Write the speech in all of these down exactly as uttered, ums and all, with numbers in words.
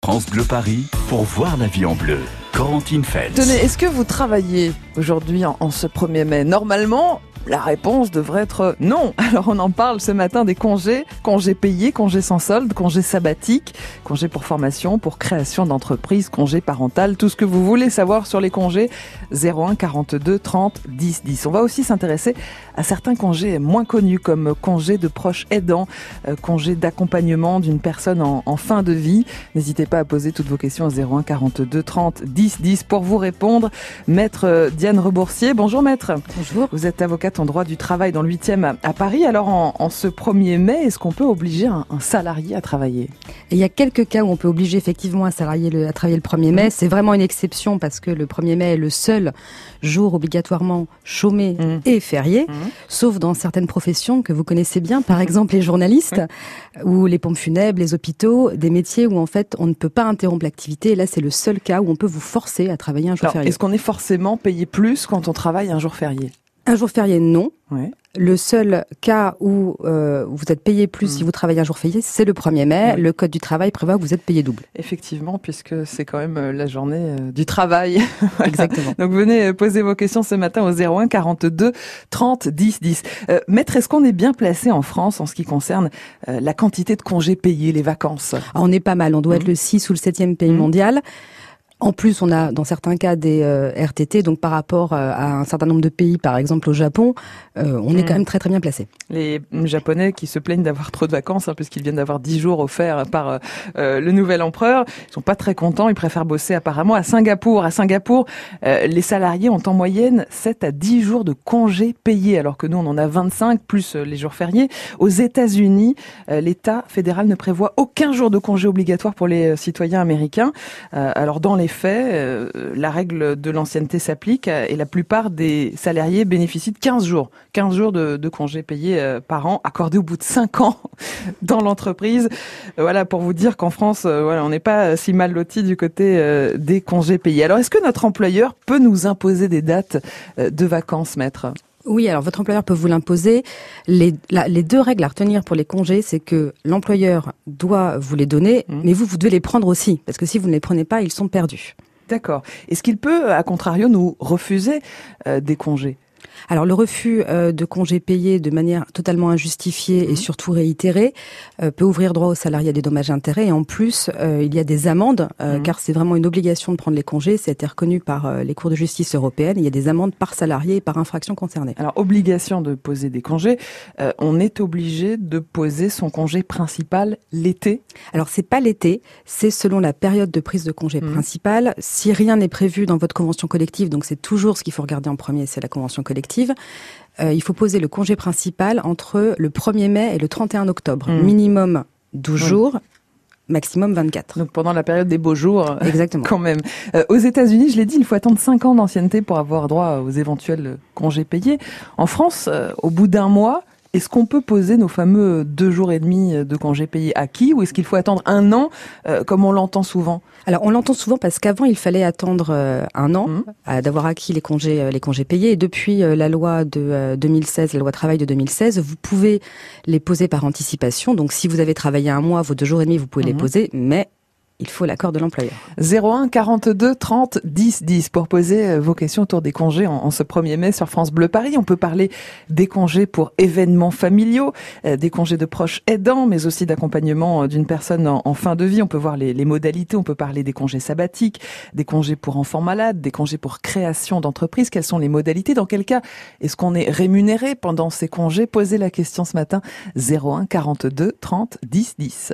France Bleu Paris pour voir la vie en bleu. Corentine Feltz. Tenez, est-ce que vous travaillez aujourd'hui en, en ce premier mai ? Normalement, la réponse devrait être non. Alors on en parle ce matin des congés, congés payés, congés sans solde, congés sabbatiques, congés pour formation, pour création d'entreprise, congés parental, tout ce que vous voulez savoir sur les congés. zéro un quarante-deux trente dix dix. On va aussi s'intéresser à certains congés moins connus comme congés de proches aidants, euh, congés d'accompagnement d'une personne en, en fin de vie. N'hésitez pas à poser toutes vos questions au zéro un quarante-deux trente dix dix pour vous répondre. Maître Diane Reboursier, bonjour maître. Bonjour. Vous êtes avocate en droit du travail dans le huitième à, à Paris. Alors en, en ce premier mai, est-ce qu'on peut obliger un, un salarié à travailler ? Et il y a quelques cas où on peut obliger effectivement un salarié le, à travailler le premier mai. Mmh. C'est vraiment une exception parce que le premier mai est le seul jour obligatoirement chômé mmh. et férié, mmh. sauf dans certaines professions que vous connaissez bien, par exemple les journalistes mmh. ou les pompes funèbres, les hôpitaux, des métiers où en fait on ne peut pas interrompre l'activité. Et là, c'est le seul cas où on peut vous forcer à travailler un jour Alors, férié. Est-ce qu'on est forcément payé plus quand on travaille un jour férié ? Un jour férié, non. Ouais. Le seul cas où euh, vous êtes payé plus mmh. si vous travaillez un jour férié, c'est le premier mai. Oui. Le Code du travail prévoit que vous êtes payé double. Effectivement, puisque c'est quand même la journée du travail. Exactement. Donc venez poser vos questions ce matin au zéro un quarante-deux trente dix dix. Euh, Maître, est-ce qu'on est bien placé en France en ce qui concerne euh, la quantité de congés payés, les vacances ? Alors, on est pas mal. On doit mmh. être le six ou le septième pays mmh. mondial. En plus, on a dans certains cas des euh, R T T, donc par rapport euh, à un certain nombre de pays, par exemple au Japon, euh, on mmh. est quand même très très bien placé. Les Japonais qui se plaignent d'avoir trop de vacances, hein, puisqu'ils viennent d'avoir dix jours offerts par euh, le nouvel empereur, ils sont pas très contents, ils préfèrent bosser apparemment à Singapour. À Singapour, euh, les salariés ont en moyenne sept à dix jours de congés payés, alors que nous on en a vingt-cinq, plus les jours fériés. Aux États-Unis, euh, l'État fédéral ne prévoit aucun jour de congé obligatoire pour les citoyens américains. Euh, alors dans les fait, euh, la règle de l'ancienneté s'applique et la plupart des salariés bénéficient de quinze jours. quinze jours de, de congés payés euh, par an, accordés au bout de cinq ans dans l'entreprise. Euh, voilà, pour vous dire qu'en France, euh, voilà, on n'est pas si mal lotis du côté euh, des congés payés. Alors, est-ce que notre employeur peut nous imposer des dates euh, de vacances, maître ? Oui, alors votre employeur peut vous l'imposer. Les, la, les deux règles à retenir pour les congés, c'est que l'employeur doit vous les donner, mmh. mais vous, vous devez les prendre aussi, parce que si vous ne les prenez pas, ils sont perdus. D'accord. Est-ce qu'il peut, à contrario, nous refuser euh, des congés ? Alors le refus euh, de congés payés de manière totalement injustifiée mmh. et surtout réitérée euh, peut ouvrir droit aux salariés à des dommages et intérêts. Et en plus, euh, il y a des amendes, euh, mmh. car c'est vraiment une obligation de prendre les congés. Ça a été reconnu par euh, les cours de justice européennes. Il y a des amendes par salarié et par infraction concernée. Alors obligation de poser des congés, euh, on est obligé de poser son congé principal l'été ? Alors c'est pas l'été, c'est selon la période de prise de congé mmh. principale. Si rien n'est prévu dans votre convention collective, donc c'est toujours ce qu'il faut regarder en premier, c'est la convention collective. Euh, il faut poser le congé principal entre le premier mai et le trente et un octobre. Mmh. Minimum douze mmh. jours, maximum vingt-quatre. Donc pendant la période des beaux jours, exactement. Quand même. Euh, aux États-Unis, je l'ai dit, il faut attendre cinq ans d'ancienneté pour avoir droit aux éventuels congés payés. En France, euh, au bout d'un mois, est-ce qu'on peut poser nos fameux deux jours et demi de congés payés acquis ou est-ce qu'il faut attendre un an, euh, comme on l'entend souvent ? Alors, on l'entend souvent parce qu'avant, il fallait attendre euh, un an mmh. euh, d'avoir acquis les congés, euh, les congés payés. Et depuis euh, la loi de euh, deux mille seize, la loi travail de deux mille seize, vous pouvez les poser par anticipation. Donc, si vous avez travaillé un mois, vos deux jours et demi, vous pouvez mmh. les poser, mais il faut l'accord de l'employeur. zéro un quarante-deux trente dix dix pour poser vos questions autour des congés en, en ce premier mai sur France Bleu Paris. On peut parler des congés pour événements familiaux, euh, des congés de proches aidants, mais aussi d'accompagnement d'une personne en, en fin de vie. On peut voir les, les modalités, on peut parler des congés sabbatiques, des congés pour enfants malades, des congés pour création d'entreprise. Quelles sont les modalités ? Dans quel cas est-ce qu'on est rémunéré pendant ces congés ? Posez la question ce matin, zéro un quarante-deux trente dix dix.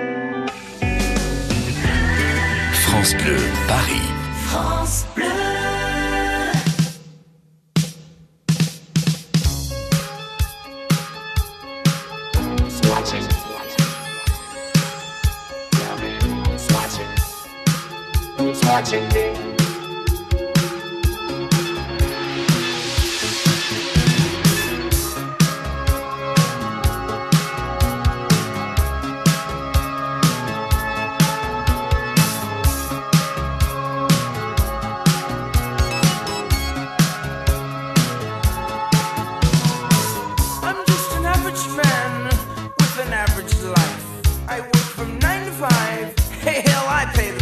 France Bleu, Paris. France Bleu. Swatching. Swatching. Swatching. I pay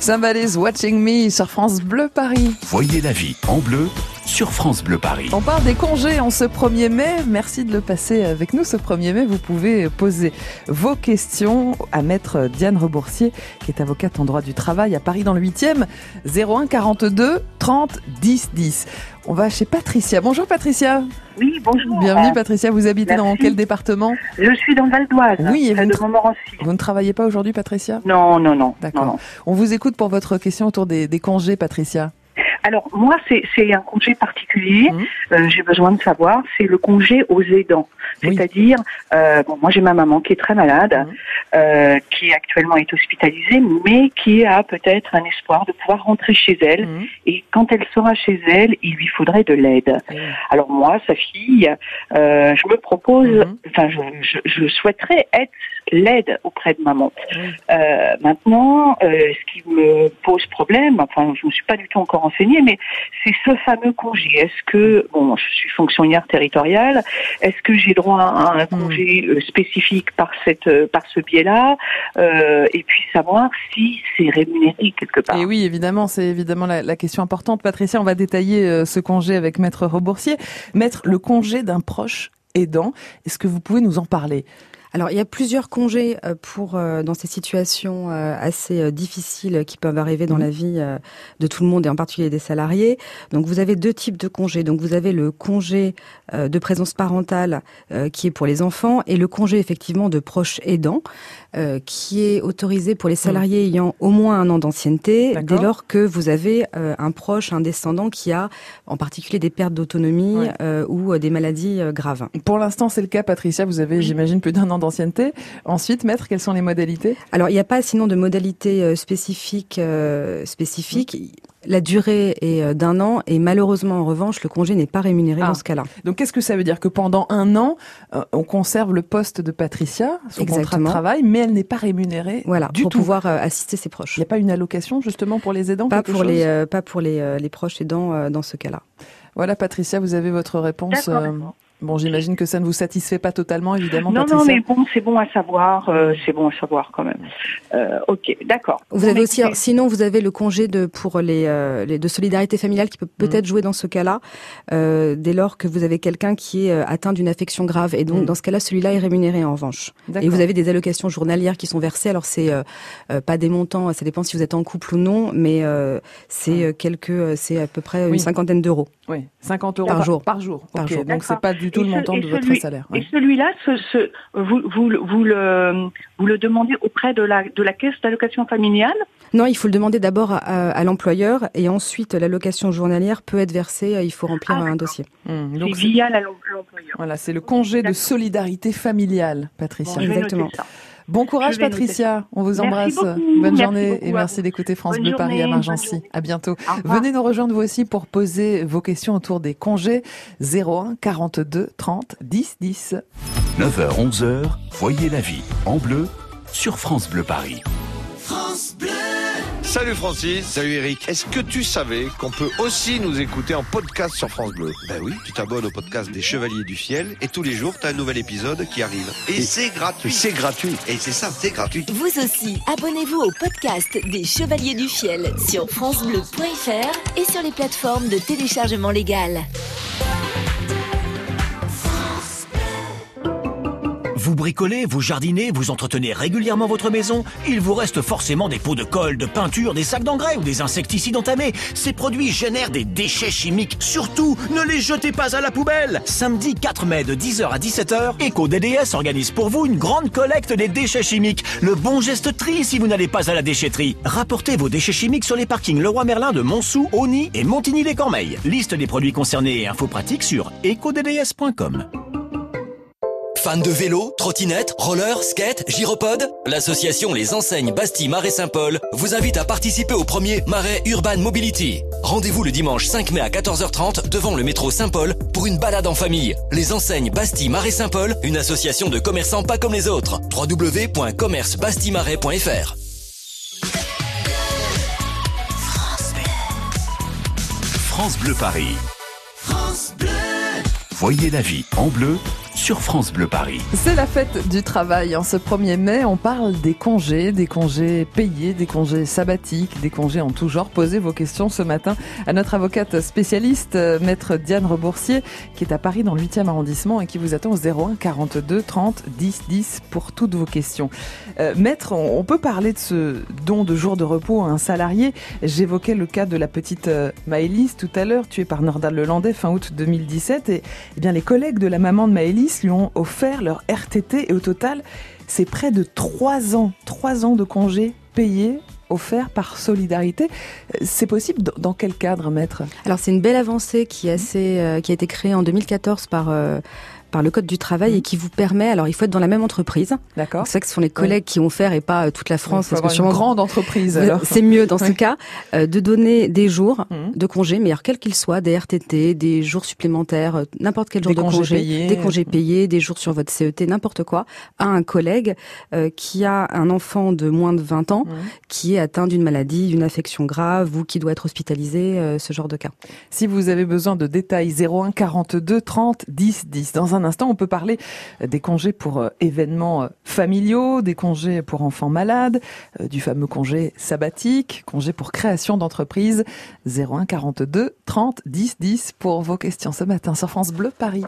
Somebody's Watching Me sur France Bleu Paris. Voyez la vie en bleu sur France Bleu Paris. On parle des congés en ce premier mai. Merci de le passer avec nous ce premier mai. Vous pouvez poser vos questions à maître Diane Reboursier, qui est avocate en droit du travail à Paris dans le huitième, zéro un quarante-deux trente dix dix. On va chez Patricia. Bonjour Patricia. Oui, bonjour. Bienvenue Patricia, vous habitez Merci. Dans quel département? Je suis dans le Val d'Oise, oui, et près vous, de tra- Montmorency. vous ne travaillez pas aujourd'hui Patricia? Non, non, non. D'accord. Non, non. On vous écoute pour votre question autour des, des congés Patricia. Alors, moi, c'est, c'est un congé particulier. Mmh. Euh, j'ai besoin de savoir, c'est le congé aux aidants. Oui. C'est-à-dire, euh, bon, moi j'ai ma maman qui est très malade, Mmh. euh, qui actuellement est hospitalisée, mais qui a peut-être un espoir de pouvoir rentrer chez elle. Mmh. Et quand elle sera chez elle, il lui faudrait de l'aide. Mmh. Alors moi, sa fille, euh, je me propose, Mmh. enfin, je, je, je souhaiterais être l'aide auprès de maman. Mmh. Euh, maintenant, euh, ce qui me pose problème, enfin, je me suis pas du tout encore renseignée, mais c'est ce fameux congé. Est-ce que, bon, je suis fonctionnaire territoriale, est-ce que j'ai droit à un congé euh, spécifique par cette, euh, par ce biais-là, euh, et puis savoir si c'est rémunéré quelque part. Et oui, évidemment, c'est évidemment la, la question importante. Patricia, on va détailler euh, ce congé avec Maître Reboursier. Maître, le congé d'un proche aidant, est-ce que vous pouvez nous en parler ? Alors, il y a plusieurs congés pour euh, dans ces situations euh, assez euh, difficiles qui peuvent arriver dans mmh. la vie euh, de tout le monde et en particulier des salariés. Donc, vous avez deux types de congés. Donc, vous avez le congé euh, de présence parentale euh, qui est pour les enfants et le congé effectivement de proche aidant euh, qui est autorisé pour les salariés mmh. ayant au moins un an d'ancienneté. D'accord. Dès lors que vous avez euh, un proche, un descendant qui a en particulier des pertes d'autonomie ouais. euh, ou des maladies euh, graves. Pour l'instant, c'est le cas, Patricia. Vous avez, j'imagine, plus d'un an d'ancienneté. Ensuite, maître, quelles sont les modalités ? Alors, il n'y a pas sinon de modalités euh, spécifiques. Euh, spécifiques. Mmh. La durée est euh, d'un an et malheureusement, en revanche, le congé n'est pas rémunéré ah. dans ce cas-là. Donc, qu'est-ce que ça veut dire ? Que pendant un an, euh, on conserve le poste de Patricia, son Exactement. contrat de travail, mais elle n'est pas rémunérée voilà, du pour tout. pouvoir euh, assister ses proches. Il n'y a pas une allocation, justement, pour les aidants ? Pas pour chose les, euh, pas pour les, euh, les proches aidants euh, dans ce cas-là. Voilà, Patricia, vous avez votre réponse. D'accord, euh... d'accord. Bon, j'imagine que ça ne vous satisfait pas totalement, évidemment, non, Patricia. Non, mais bon, c'est bon à savoir, euh, c'est bon à savoir quand même. Euh, ok, d'accord. Vous bon, avez aussi, écoutez... sinon, vous avez le congé de pour les, euh, les de solidarité familiale qui peut peut-être mmh. jouer dans ce cas-là, euh, dès lors que vous avez quelqu'un qui est atteint d'une affection grave, et donc mmh. dans ce cas-là, celui-là est rémunéré en revanche. D'accord. Et vous avez des allocations journalières qui sont versées. Alors c'est euh, euh, pas des montants, ça dépend si vous êtes en couple ou non, mais euh, c'est mmh. quelques, c'est à peu près oui. une cinquantaine d'euros. Oui, cinquante euros par, par jour. Par jour. Par okay. jour. Donc c'est pas du tout et le ce, montant de celui, votre salaire. Ouais. Et celui-là, ce, ce, vous, vous, vous, le, vous le demandez auprès de la, de la caisse d'allocation familiale ? Non, il faut le demander d'abord à, à l'employeur et ensuite l'allocation journalière peut être versée. Il faut remplir ah, un dossier. Mmh, donc c'est via l'employeur. Voilà, c'est le congé d'accord. de solidarité familiale, Patricia. Bon, exactement. Bon courage, Patricia. On vous embrasse. Merci Bonne merci journée et merci d'écouter France bonne Bleu Paris à Margency. À bientôt. Venez nous rejoindre vous aussi pour poser vos questions autour des congés. zéro un quarante-deux trente dix dix. neuf heures onze heures, voyez la vie en bleu sur France Bleu Paris. France Bleu. Salut Francis. Salut Eric. Est-ce que tu savais qu'on peut aussi nous écouter en podcast sur France Bleu ? Ben oui, tu t'abonnes au podcast des Chevaliers du Fiel et tous les jours, tu as un nouvel épisode qui arrive. Et, et c'est gratuit. C'est gratuit. Et c'est ça, c'est gratuit. Vous aussi, abonnez-vous au podcast des Chevaliers du Fiel sur francebleu point f r et sur les plateformes de téléchargement légal. Vous bricolez, vous jardinez, vous entretenez régulièrement votre maison, il vous reste forcément des pots de colle, de peinture, des sacs d'engrais ou des insecticides entamés. Ces produits génèrent des déchets chimiques. Surtout, ne les jetez pas à la poubelle. Samedi quatre mai de dix heures à dix-sept heures, EcoDD S organise pour vous une grande collecte des déchets chimiques. Le bon geste tri si vous n'allez pas à la déchetterie. Rapportez vos déchets chimiques sur les parkings Leroy Merlin de Montsou, Auny et Montigny-les-Cormeilles. Liste des produits concernés et infos pratiques sur eco d d s point com. Fan de vélo, trottinette, roller, skate, gyropode ? L'association Les Enseignes Bastille Marais Saint-Paul vous invite à participer au premier Marais Urban Mobility. Rendez-vous le dimanche cinq mai à quatorze heures trente devant le métro Saint-Paul pour une balade en famille. Les Enseignes Bastille Marais Saint-Paul, une association de commerçants pas comme les autres. w w w point commerce bastille marais point f r. France Bleu. France Bleu Paris. France Bleu. Voyez la vie en bleu sur France Bleu Paris. C'est la fête du travail. En ce premier mai, on parle des congés, des congés payés, des congés sabbatiques, des congés en tout genre. Posez vos questions ce matin à notre avocate spécialiste, maître Diane Reboursier, qui est à Paris dans le huitième arrondissement et qui vous attend au zéro un quarante-deux trente dix dix pour toutes vos questions. Euh, maître, on peut parler de ce don de jours de repos à un salarié. J'évoquais le cas de la petite euh, Maëlys tout à l'heure, tuée par Nordal Lelandais fin août deux mille dix-sept. Et eh bien les collègues de la maman de Maëlys lui ont offert leur R T T et au total, c'est près de trois ans, trois ans de congés payés offert par solidarité. C'est possible dans quel cadre, maître ? Alors c'est une belle avancée qui, est assez, euh, qui a été créée en deux mille quatorze par... Euh par le Code du travail mmh. et qui vous permet, alors il faut être dans la même entreprise. D'accord. C'est vrai que ce sont les collègues oui. qui ont offert et pas euh, toute la France. Il faut parce avoir que une grande entreprise. Alors. C'est mieux dans oui. ce cas euh, de donner des jours mmh. de congés, mais alors quels qu'ils soient, des R T T, des jours supplémentaires, euh, n'importe quel jour des de congé, payés. des congés payés, des jours sur votre C E T, n'importe quoi, à un collègue euh, qui a un enfant de moins de vingt ans, mmh. qui est atteint d'une maladie, d'une affection grave ou qui doit être hospitalisé, euh, ce genre de cas. Si vous avez besoin de détails, zéro un quarante-deux trente dix dix. Dans un instant, on peut parler des congés pour euh, événements euh, familiaux, des congés pour enfants malades, euh, du fameux congé sabbatique, congé pour création d'entreprise. zéro un quarante-deux trente dix dix pour vos questions ce matin sur France Bleu Paris.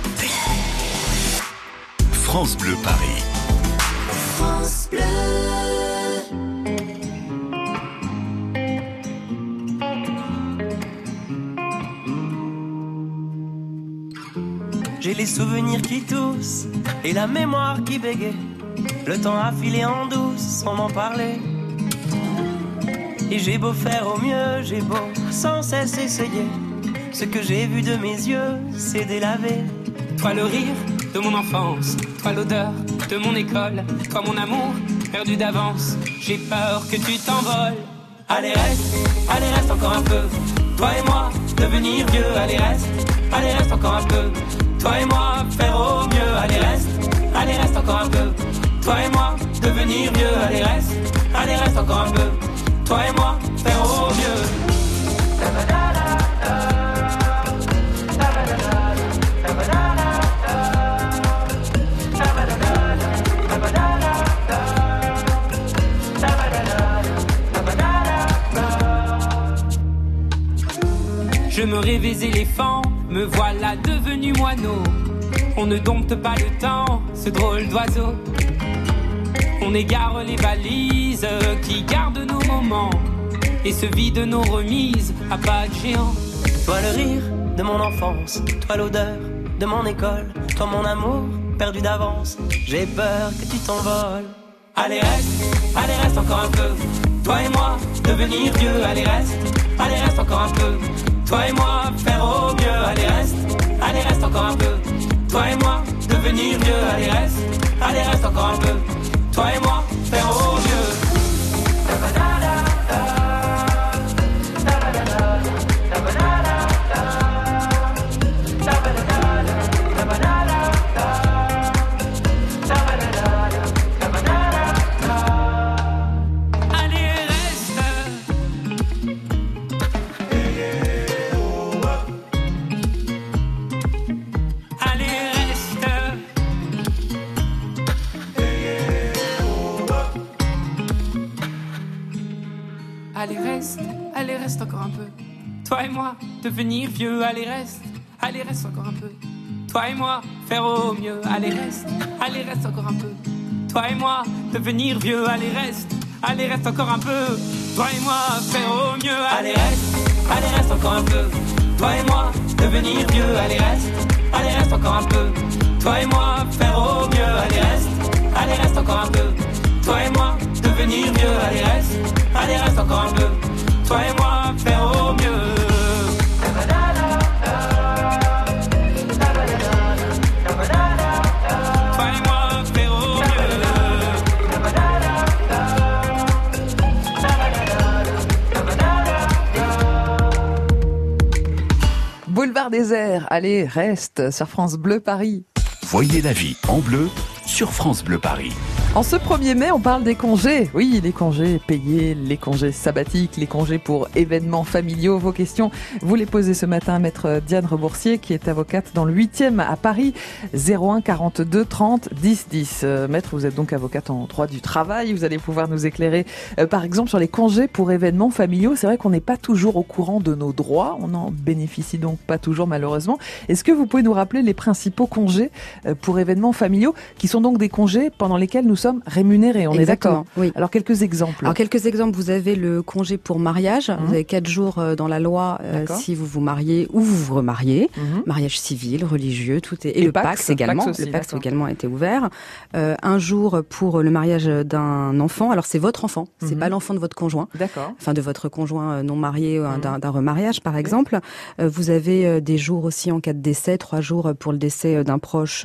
France Bleu Paris. France Bleu. J'ai les souvenirs qui toussent et la mémoire qui bégaye. Le temps a filé en douce sans m'en parler. Et j'ai beau faire au mieux, j'ai beau sans cesse essayer. Ce que j'ai vu de mes yeux, c'est délavé. Toi le rire de mon enfance, toi l'odeur de mon école, toi mon amour perdu d'avance. J'ai peur que tu t'envoles. Allez reste, allez reste encore un peu. Toi et moi, devenir vieux, allez reste, allez reste encore un peu. Toi et moi, faire au mieux, allez reste, allez reste encore un peu. Toi et moi, devenir vieux, allez reste, allez reste encore un peu. Toi et moi, faire au mieux. Je me rêvais éléphant, me voilà devenu moineau. On ne dompte pas le temps, ce drôle d'oiseau. On égare les valises qui gardent nos moments et se vide nos remises à pas de géant. Toi le rire de mon enfance, toi l'odeur de mon école, toi mon amour perdu d'avance. J'ai peur que tu t'envoles. Allez reste, allez reste encore un peu. Toi et moi, devenir vieux, allez reste, allez reste encore un peu. Toi et moi, faire au mieux, allez reste, allez reste encore un peu. Toi et moi, devenir vieux, allez reste, allez reste encore un peu. Toi et moi, faire au mieux. Allez reste, allez reste encore un peu. Toi et moi, devenir vieux, allez reste, allez reste encore un peu. Toi et moi, faire au mieux, allez reste, allez reste encore un peu. Toi et moi, devenir vieux, allez reste, allez reste encore un peu. Toi et moi, faire au mieux, allez reste, allez reste encore un peu. Toi et moi, devenir vieux, allez reste, allez reste encore un peu. Toi et moi, faire au mieux, allez reste, allez reste encore un peu. Toi et moi, devenir vieux, allez reste, allez reste encore un peu. Toi et moi, faire au mieux. Toi et moi, faire au mieux. Boulevard Désert, allez, reste sur France Bleu Paris. Voyez la vie en bleu sur France Bleu Paris. En ce premier mai, on parle des congés. Oui, les congés payés, les congés sabbatiques, les congés pour événements familiaux. Vos questions, vous les posez ce matin à maître Diane Reboursier, qui est avocate dans le huitième à Paris, zéro un quarante-deux trente dix dix. Euh, maître, vous êtes donc avocate en droit du travail. Vous allez pouvoir nous éclairer, euh, par exemple, sur les congés pour événements familiaux. C'est vrai qu'on n'est pas toujours au courant de nos droits. On n'en bénéficie donc pas toujours, malheureusement. Est-ce que vous pouvez nous rappeler les principaux congés euh, pour événements familiaux, qui sont donc des congés pendant lesquels nous sommes rémunérés, on Exactement, est d'accord. Oui. Alors quelques exemples. Alors quelques exemples, vous avez le congé pour mariage, Mmh. vous avez quatre jours dans la loi euh, si vous vous mariez ou vous vous remariez, mmh. mariage civil, religieux, tout est et, et le Pacs, Pacs également, Pacs aussi, le Pacs également a été ouvert. Euh, un jour pour le mariage d'un enfant, alors c'est votre enfant, mmh. c'est pas l'enfant de votre conjoint, d'accord. enfin de votre conjoint non marié, mmh. d'un, d'un remariage par exemple. Euh, vous avez des jours aussi en cas de décès, trois jours pour le décès d'un proche,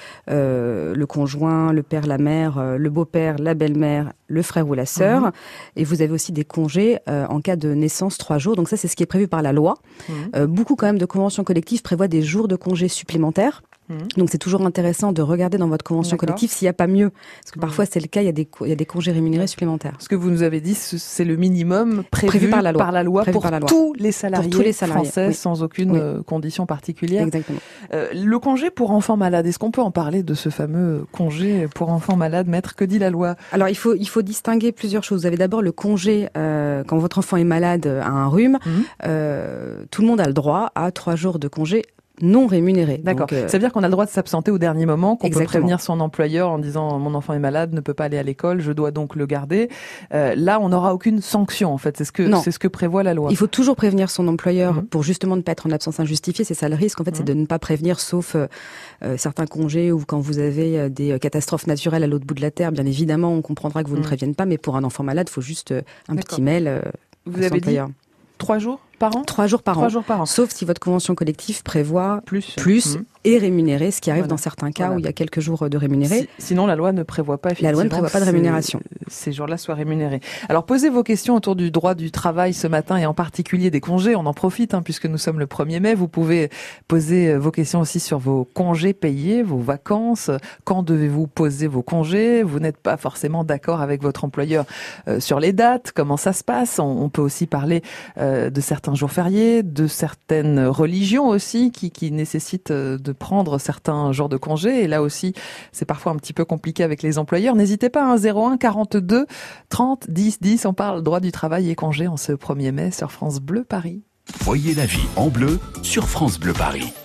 euh, le conjoint, le père, la mère, le beau-père, la belle-mère, le frère ou la sœur. Mmh. Et vous avez aussi des congés euh, en cas de naissance, trois jours. Donc ça, c'est ce qui est prévu par la loi. Mmh. Euh, beaucoup quand même de conventions collectives prévoient des jours de congés supplémentaires. Mmh. Donc c'est toujours intéressant de regarder dans votre convention D'accord. collective s'il n'y a pas mieux. Parce que parfois, mmh. c'est le cas, il y, a des, il y a des congés rémunérés supplémentaires. Ce que vous nous avez dit, c'est le minimum prévu, prévu par la loi, par la loi, pour, par la loi. Tous les salariés pour tous les salariés français, oui. sans aucune oui. condition particulière. Exactement. Euh, le congé pour enfants malades, est-ce qu'on peut en parler de ce fameux congé pour enfants malades, maître? Que dit la loi? Alors il faut, il faut distinguer plusieurs choses. Vous avez d'abord le congé euh, quand votre enfant est malade, a un rhume. Mmh. Euh, tout le monde a le droit à trois jours de congé non rémunéré. D'accord. Donc, euh... Ça veut dire qu'on a le droit de s'absenter au dernier moment, qu'on Exactement. peut prévenir son employeur en disant mon enfant est malade, ne peut pas aller à l'école, je dois donc le garder. Euh, là, on n'aura aucune sanction en fait. C'est ce que c'est ce que prévoit la loi. Il faut toujours prévenir son employeur mmh. pour justement ne pas être en absence injustifiée. C'est ça le risque en fait, mmh. c'est de ne pas prévenir, sauf euh, euh, certains congés ou quand vous avez euh, des catastrophes naturelles à l'autre bout de la terre. Bien évidemment, on comprendra que vous mmh. ne préviennent pas, mais pour un enfant malade, il faut juste euh, un D'accord. petit mail. Euh, vous avez dit trois jours par an? Trois jours par Trois an. jours par an. Sauf si votre convention collective prévoit plus, plus mmh. et rémunéré, ce qui arrive voilà. dans certains cas voilà. où il y a quelques jours de rémunéré. Si, sinon, la loi ne prévoit pas effectivement. La loi ne prévoit pas de rémunération. Ces, ces jours-là soient rémunérés. Alors, posez vos questions autour du droit du travail ce matin et en particulier des congés. On en profite hein, puisque nous sommes le premier mai. Vous pouvez poser vos questions aussi sur vos congés payés, vos vacances. Quand devez-vous poser vos congés? Vous n'êtes pas forcément d'accord avec votre employeur euh, sur les dates. Comment ça se passe? On, on peut aussi parler euh, de certains jours fériés, de certaines religions aussi qui, qui nécessitent de prendre certains jours de congé. Et là aussi, c'est parfois un petit peu compliqué avec les employeurs. N'hésitez pas, hein, zéro un quarante-deux trente dix dix. On parle droit du travail et congé en ce premier mai sur France Bleu Paris. Voyez la vie en bleu sur France Bleu Paris.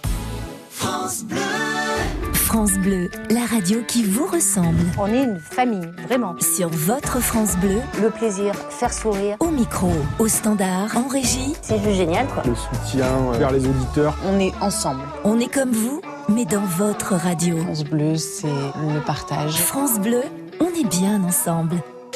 France Bleu. France Bleu, la radio qui vous ressemble. On est une famille, vraiment. Sur votre France Bleu. Le plaisir, faire sourire. Au micro, au standard, en régie. C'est juste génial, quoi. Le soutien vers les auditeurs. On est ensemble. On est comme vous, mais dans votre radio. France Bleu, c'est le partage. France Bleu, on est bien ensemble.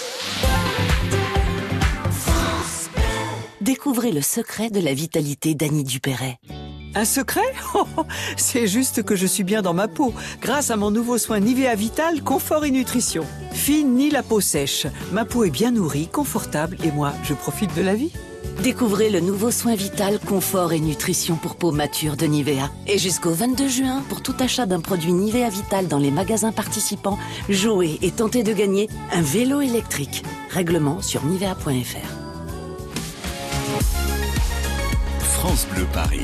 France Bleu. Découvrez le secret de la vitalité d'Annie Dupéret. Un secret? C'est juste que je suis bien dans ma peau, grâce à mon nouveau soin Nivea Vital Confort et Nutrition. Fine ni la peau sèche, ma peau est bien nourrie, confortable et moi, je profite de la vie. Découvrez le nouveau soin Vital Confort et Nutrition pour peau mature de Nivea. Et jusqu'au vingt-deux juin, pour tout achat d'un produit Nivea Vital dans les magasins participants, jouez et tentez de gagner un vélo électrique. Règlement sur nivea point f r. France Bleu Paris.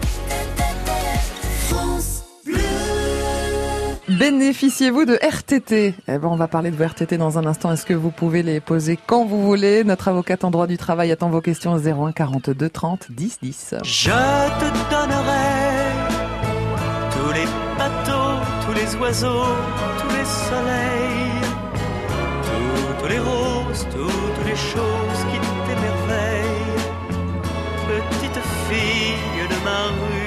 Bénéficiez-vous de R T T? Eh ben, on va parler de vos R T T dans un instant. Est-ce que vous pouvez les poser quand vous voulez? Notre avocate en droit du travail attend vos questions au zéro un quarante-deux trente dix dix. Je te donnerai tous les bateaux, tous les oiseaux, tous les soleils, toutes les roses, toutes les choses qui t'émerveillent. Petite fille de ma rue,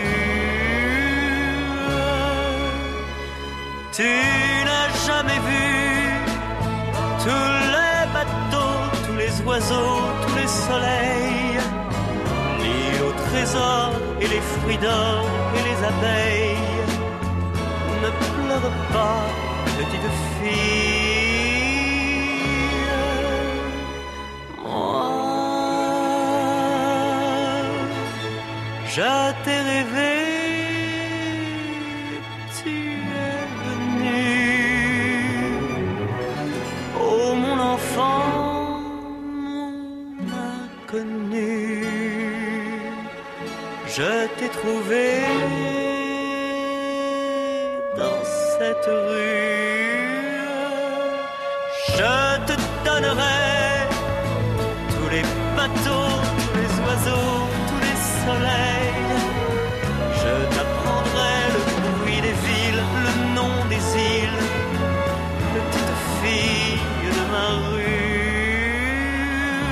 tu n'as jamais vu tous les bateaux, tous les oiseaux, tous les soleils, ni au trésor et les fruits d'or et les abeilles. Ne pleure pas, petite fille. Moi, je t'ai rêvé. je t'ai trouvé dans cette rue. Je te donnerai tous les bateaux, tous les oiseaux, tous les soleils. Je t'apprendrai le bruit des villes, le nom des îles, petite fille de ma rue.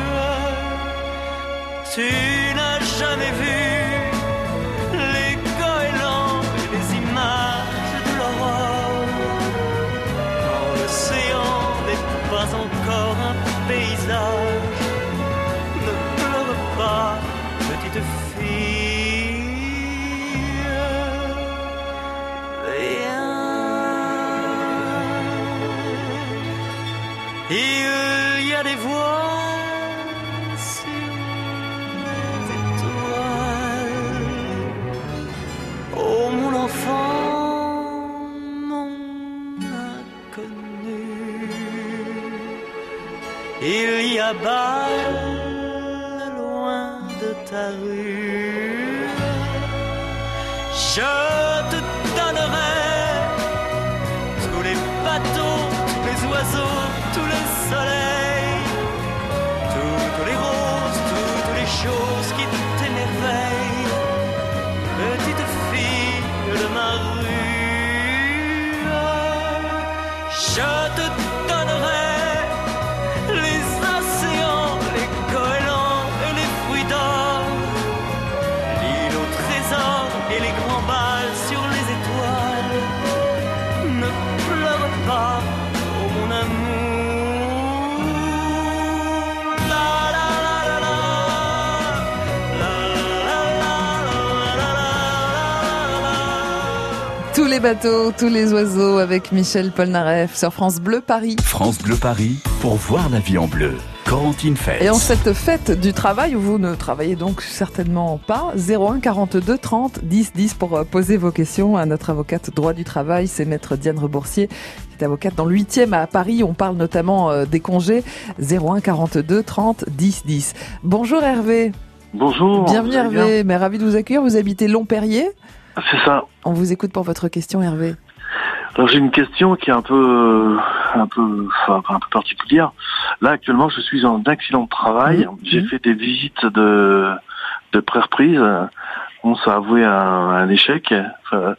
Tu n'as jamais vu les goélands et les images de l'aurore. Quand l'océan n'est pas encore un paysage, ne pleure pas, petite fille. Viens. Il y a des voix sur les étoiles. Oh mon enfant, mon inconnu. Il y a bas loin de ta rue. Je te donnerai tous les bateaux, tous les oiseaux, tous les soleils, tous, tous les roses, toutes, toutes les choses qui t'émerveillent, petite fille de ma rue. Je te donnerai les océans, les goélands et les fruits d'or, l'île au trésor et les grands bals sur les étoiles. Ne pleure pas, oh mon amour. La la la la la, la la la la la la. Tous les bateaux, tous les oiseaux avec Michel Polnareff sur France Bleu Paris. France Bleu Paris, pour voir la vie en bleu. Corentine Feltz. Et en cette fête du travail, où vous ne travaillez donc certainement pas, zéro un quarante-deux trente dix dix pour poser vos questions à notre avocate droit du travail, c'est maître Diane Reboursier, qui est avocate dans le huitième à Paris. On parle notamment des congés. zéro un quarante-deux trente dix dix. Bonjour Hervé. Bonjour. Bienvenue Hervé, mais ravi de vous accueillir. Vous habitez Longperrier. C'est ça. On vous écoute pour votre question Hervé. Alors j'ai une question qui est un peu, un peu, enfin, un peu particulière. Là actuellement, je suis en accident de travail. Mmh. J'ai mmh. fait des visites de de pré-reprise. Bon, ça a avoué un, un échec. Enfin,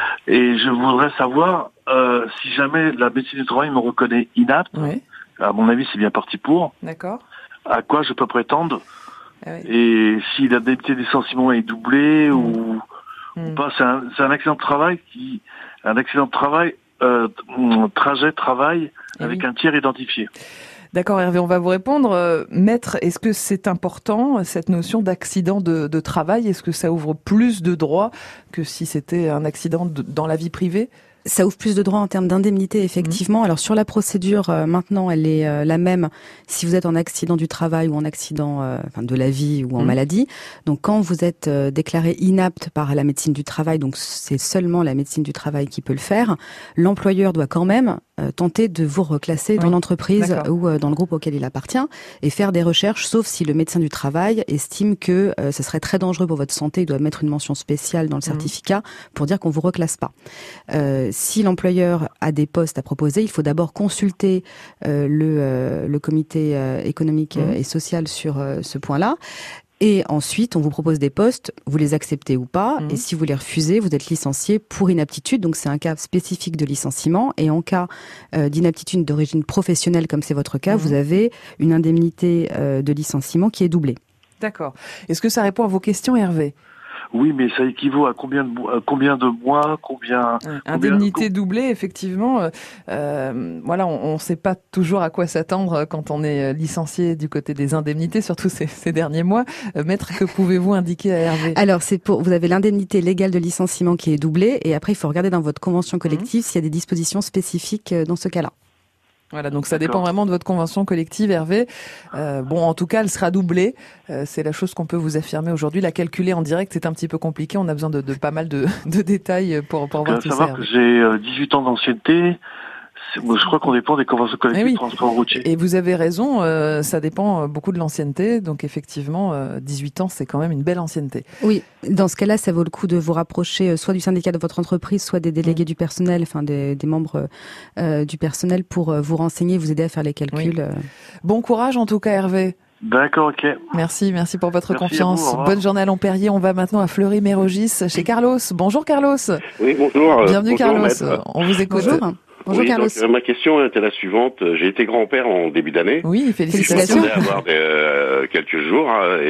et je voudrais savoir euh, si jamais la médecine du travail me reconnaît inapte. Oui. À mon avis, c'est bien parti pour. D'accord. À quoi je peux prétendre ah oui. Et si l'indemnité de licenciement est doublée mmh. ou, mmh. ou pas. C'est un, c'est un accident de travail qui Un accident de travail, euh, trajet travail et avec oui. un tiers identifié. D'accord Hervé, on va vous répondre. Euh, maître, est-ce que c'est important, cette notion d'accident de, de travail? Est-ce que ça ouvre plus de droits que si c'était un accident de, dans la vie privée? Ça ouvre plus de droits en termes d'indemnité, effectivement. Mmh. Alors sur la procédure, euh, maintenant, elle est euh, la même si vous êtes en accident du travail ou en accident euh, enfin, de la vie ou en mmh. maladie. Donc quand vous êtes euh, déclaré inapte par la médecine du travail, donc c'est seulement la médecine du travail qui peut le faire, l'employeur doit quand même euh, tenter de vous reclasser oui. dans l'entreprise D'accord. ou euh, dans le groupe auquel il appartient et faire des recherches, sauf si le médecin du travail estime que euh, ce serait très dangereux pour votre santé. Il doit mettre une mention spéciale dans le mmh. certificat pour dire qu'on vous reclasse pas. Euh, Si l'employeur a des postes à proposer, il faut d'abord consulter euh, le, euh, le comité euh, économique mmh. et social sur euh, ce point-là. Et ensuite, on vous propose des postes, vous les acceptez ou pas. Mmh. Et si vous les refusez, vous êtes licencié pour inaptitude. Donc c'est un cas spécifique de licenciement. Et en cas euh, d'inaptitude d'origine professionnelle, comme c'est votre cas, mmh. vous avez une indemnité euh, de licenciement qui est doublée. D'accord. Est-ce que ça répond à vos questions, Hervé ? Oui, mais ça équivaut à combien de, à combien de mois, combien... Indemnité combien... doublée, effectivement. Euh, voilà, on ne sait pas toujours à quoi s'attendre quand on est licencié du côté des indemnités, surtout ces, ces derniers mois. Euh, maître, que pouvez-vous indiquer à Hervé ? Alors, c'est pour, vous avez l'indemnité légale de licenciement qui est doublée, et après, il faut regarder dans votre convention collective mmh. s'il y a des dispositions spécifiques dans ce cas-là. Voilà, donc ça dépend vraiment de votre convention collective, Hervé. Euh, bon, en tout cas, elle sera doublée. Euh, c'est la chose qu'on peut vous affirmer aujourd'hui. La calculer en direct, c'est un petit peu compliqué. On a besoin de, de pas mal de, de détails pour, pour voir tout ça. Il faut savoir que j'ai dix-huit ans d'ancienneté. Je crois qu'on dépend des conventions collectives oui. de transport routier. Et vous avez raison, euh, ça dépend beaucoup de l'ancienneté. Donc effectivement, euh, dix-huit ans, c'est quand même une belle ancienneté. Oui, dans ce cas-là, ça vaut le coup de vous rapprocher soit du syndicat de votre entreprise, soit des délégués mmh. du personnel, enfin des, des membres euh, du personnel pour vous renseigner, vous aider à faire les calculs. Oui. Bon courage en tout cas, Hervé. D'accord, ok. Merci, merci pour votre merci confiance. Vous, bonne journée à Longperrier. On va maintenant à Fleury-Mérogis chez Carlos. Bonjour Carlos. Oui, bonjour. Bienvenue bonjour, Carlos. Maître. On vous écoute. Bonjour. Bonjour oui, Carlos. Donc, euh, ma question était la suivante. J'ai été grand-père en début d'année. Oui, félicitations. Je m'attendais à avoir des, euh, quelques jours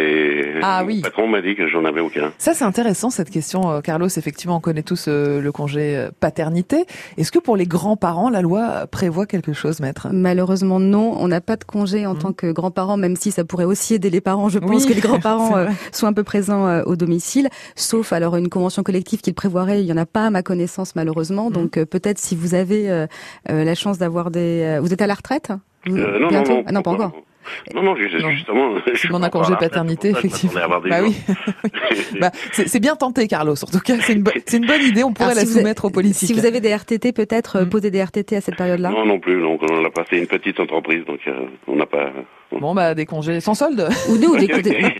et ah, mon oui. patron m'a dit que j'en avais aucun. Ça, c'est intéressant cette question, Carlos. Effectivement, on connaît tous euh, le congé paternité. Est-ce que pour les grands-parents, la loi prévoit quelque chose, maître ? Malheureusement, non. On n'a pas de congé en mmh. tant que grands-parents, même si ça pourrait aussi aider les parents. Je pense oui, que les grands-parents euh, soient un peu présents euh, au domicile. Sauf alors une convention collective qui le prévoirait. Il y en a pas à ma connaissance, malheureusement. Mmh. Donc euh, peut-être si vous avez euh, euh, la chance d'avoir des... Vous êtes à la retraite vous, euh, Non, bientôt non, non. Ah, non, pas encore. Non, non, justement. Je demande un congé paternité, effectivement. Bah oui. bah, c'est, c'est bien tenté, Carlos. En tout cas, c'est une, bo- c'est une bonne idée. On pourrait Alors, la si soumettre vous, aux politiques. Si vous avez des R T T, peut-être mm. poser des R T T à cette période-là. Non, non plus. Donc, on a passé une petite entreprise, donc euh, on n'a pas. Bon, bah des congés sans solde. Ou nous, des, des...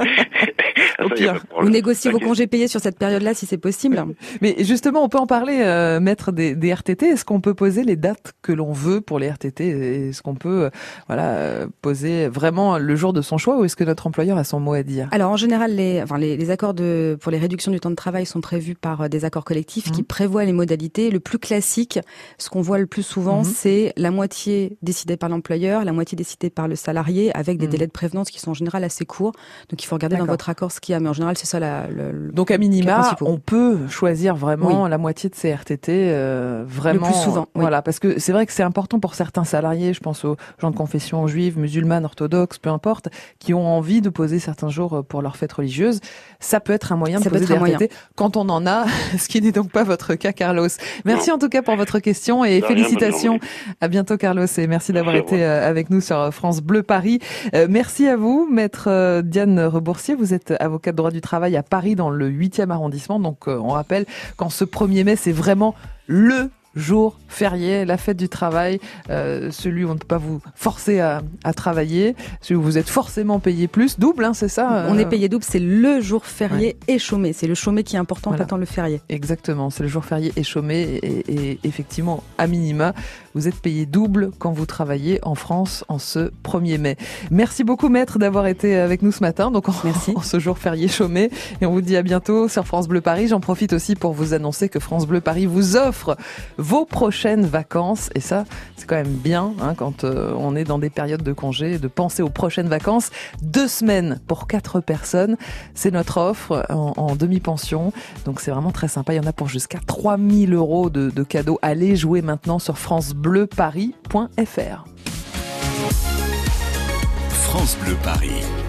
Au pire. Vous négociez vos congés payés sur cette période-là, si c'est possible. Mais justement, on peut en parler, euh, maître des, des R T T. Est-ce qu'on peut poser les dates que l'on veut pour les R T T ? Est-ce qu'on peut, euh, voilà, poser vraiment le jour de son choix, ou est-ce que notre employeur a son mot à dire ? Alors en général, les, enfin les, les accords de pour les réductions du temps de travail sont prévus par des accords collectifs mmh. qui prévoient les modalités. Le plus classique, ce qu'on voit le plus souvent, mmh. c'est la moitié décidée par l'employeur, la moitié décidée par le salarié, avec des mmh. délais de prévenance qui sont en général assez courts. Donc il faut regarder D'accord. dans votre accord ce qu'il y a, mais en général c'est ça la. Le, Donc à minima, on peut choisir vraiment oui. la moitié de ces R T T, euh, vraiment. Le plus souvent. Oui. Voilà, parce que c'est vrai que c'est important pour certains salariés. Je pense aux gens de confession juive, musulmane, orthodoxe, peu importe, qui ont envie de poser certains jours pour leur fête religieuse. Ça peut être un moyen ça de poser des R T T moyen. quand on en a, ce qui n'est donc pas votre cas, Carlos. Merci non. en tout cas pour votre question et de félicitations. Rien, à bientôt, Carlos, et merci d'avoir merci été avec nous sur France Bleu Paris. Euh, merci à vous, maître euh, Diane Reboursier. Vous êtes avocate de droit du travail à Paris dans le huitième arrondissement. Donc euh, on rappelle qu'en ce premier mai, c'est vraiment le jour férié, la fête du travail, euh, celui où on ne peut pas vous forcer à, à travailler, celui où vous êtes forcément payé plus, double, hein, c'est ça euh... On est payé double, c'est le jour férié ouais. et chômé. C'est le chômé qui est important, voilà. pas tant le férié. Exactement, c'est le jour férié et chômé. Et, et, et effectivement, à minima, vous êtes payé double quand vous travaillez en France en ce premier mai. Merci beaucoup, maître, d'avoir été avec nous ce matin, donc en, Merci. en ce jour férié chômé. Et on vous dit à bientôt sur France Bleu Paris. J'en profite aussi pour vous annoncer que France Bleu Paris vous offre vos prochaines vacances. Et ça, c'est quand même bien hein, quand euh, on est dans des périodes de congé, de penser aux prochaines vacances. Deux semaines pour quatre personnes. C'est notre offre en, en demi-pension. Donc c'est vraiment très sympa. Il y en a pour jusqu'à trois mille euros de, de cadeaux. Allez jouer maintenant sur francebleu paris point f r. France Bleu Paris.